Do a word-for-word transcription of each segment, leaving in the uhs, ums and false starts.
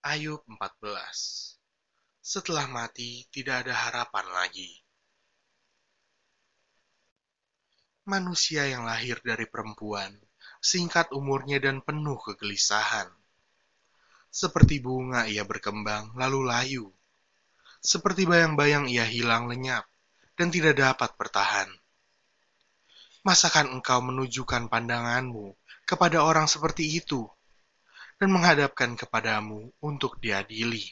Ayub empat belas. Setelah mati, tidak ada harapan lagi. Manusia yang lahir dari perempuan, singkat umurnya dan penuh kegelisahan. Seperti bunga ia berkembang, lalu layu. Seperti bayang-bayang ia hilang lenyap, dan tidak dapat bertahan. Masakan engkau menunjukkan pandanganmu kepada orang seperti itu, dan menghadapkan kepadamu untuk diadili?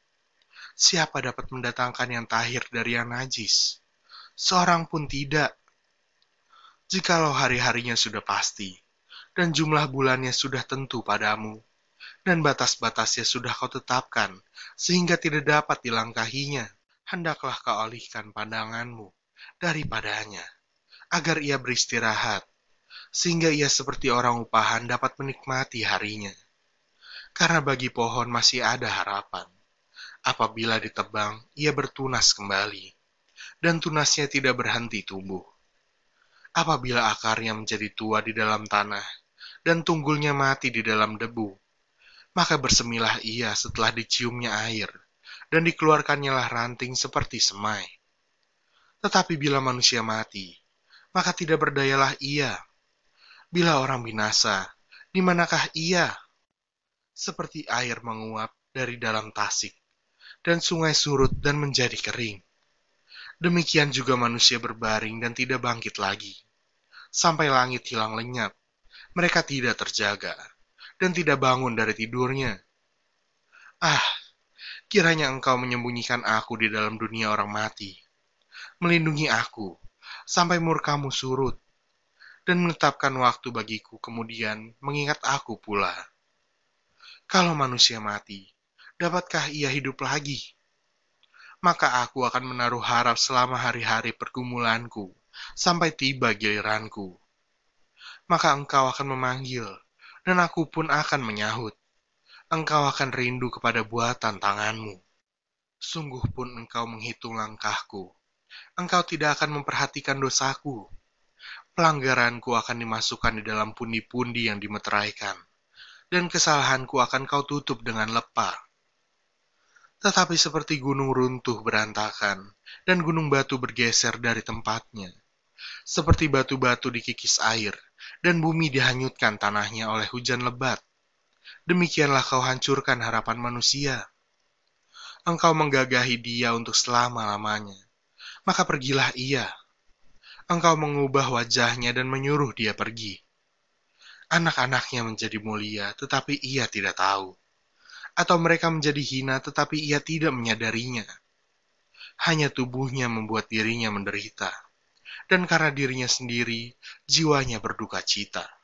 Siapa dapat mendatangkan yang tahir dari yang najis? Seorang pun tidak. Jikalau hari-harinya sudah pasti, dan jumlah bulannya sudah tentu padamu, dan batas-batasnya sudah kau tetapkan, sehingga tidak dapat dilangkahinya, hendaklah kau alihkan pandanganmu daripadanya, agar ia beristirahat, sehingga ia seperti orang upahan dapat menikmati harinya. Karena bagi pohon masih ada harapan. Apabila ditebang, ia bertunas kembali, dan tunasnya tidak berhenti tumbuh. Apabila akarnya menjadi tua di dalam tanah, dan tunggulnya mati di dalam debu, maka bersemilah ia setelah diciumnya air, dan dikeluarkannya lah ranting seperti semai. Tetapi bila manusia mati, maka tidak berdayalah ia. Bila orang binasa, di manakah ia? Seperti air menguap dari dalam tasik, dan sungai surut dan menjadi kering. Demikian juga manusia berbaring dan tidak bangkit lagi. Sampai langit hilang lenyap, mereka tidak terjaga, dan tidak bangun dari tidurnya. Ah, kiranya engkau menyembunyikan aku di dalam dunia orang mati, melindungi aku, sampai murkamu surut, dan menetapkan waktu bagiku kemudian mengingat aku pula. Kalau manusia mati, dapatkah ia hidup lagi? Maka aku akan menaruh harap selama hari-hari pergumulanku, sampai tiba giliranku. Maka engkau akan memanggil, dan aku pun akan menyahut. Engkau akan rindu kepada buatan tanganmu. Sungguh pun engkau menghitung langkahku. Engkau tidak akan memperhatikan dosaku. Pelanggaranku akan dimasukkan di dalam pundi-pundi yang dimeteraikan, dan kesalahanku akan kau tutup dengan lepa. Tetapi seperti gunung runtuh berantakan, dan gunung batu bergeser dari tempatnya, seperti batu-batu dikikis air, dan bumi dihanyutkan tanahnya oleh hujan lebat, demikianlah kau hancurkan harapan manusia. Engkau menggagahi dia untuk selama-lamanya, maka pergilah ia. Engkau mengubah wajahnya dan menyuruh dia pergi. Anak-anaknya menjadi mulia, tetapi ia tidak tahu. Atau mereka menjadi hina, tetapi ia tidak menyadarinya. Hanya tubuhnya membuat dirinya menderita, dan karena dirinya sendiri, jiwanya berduka cita.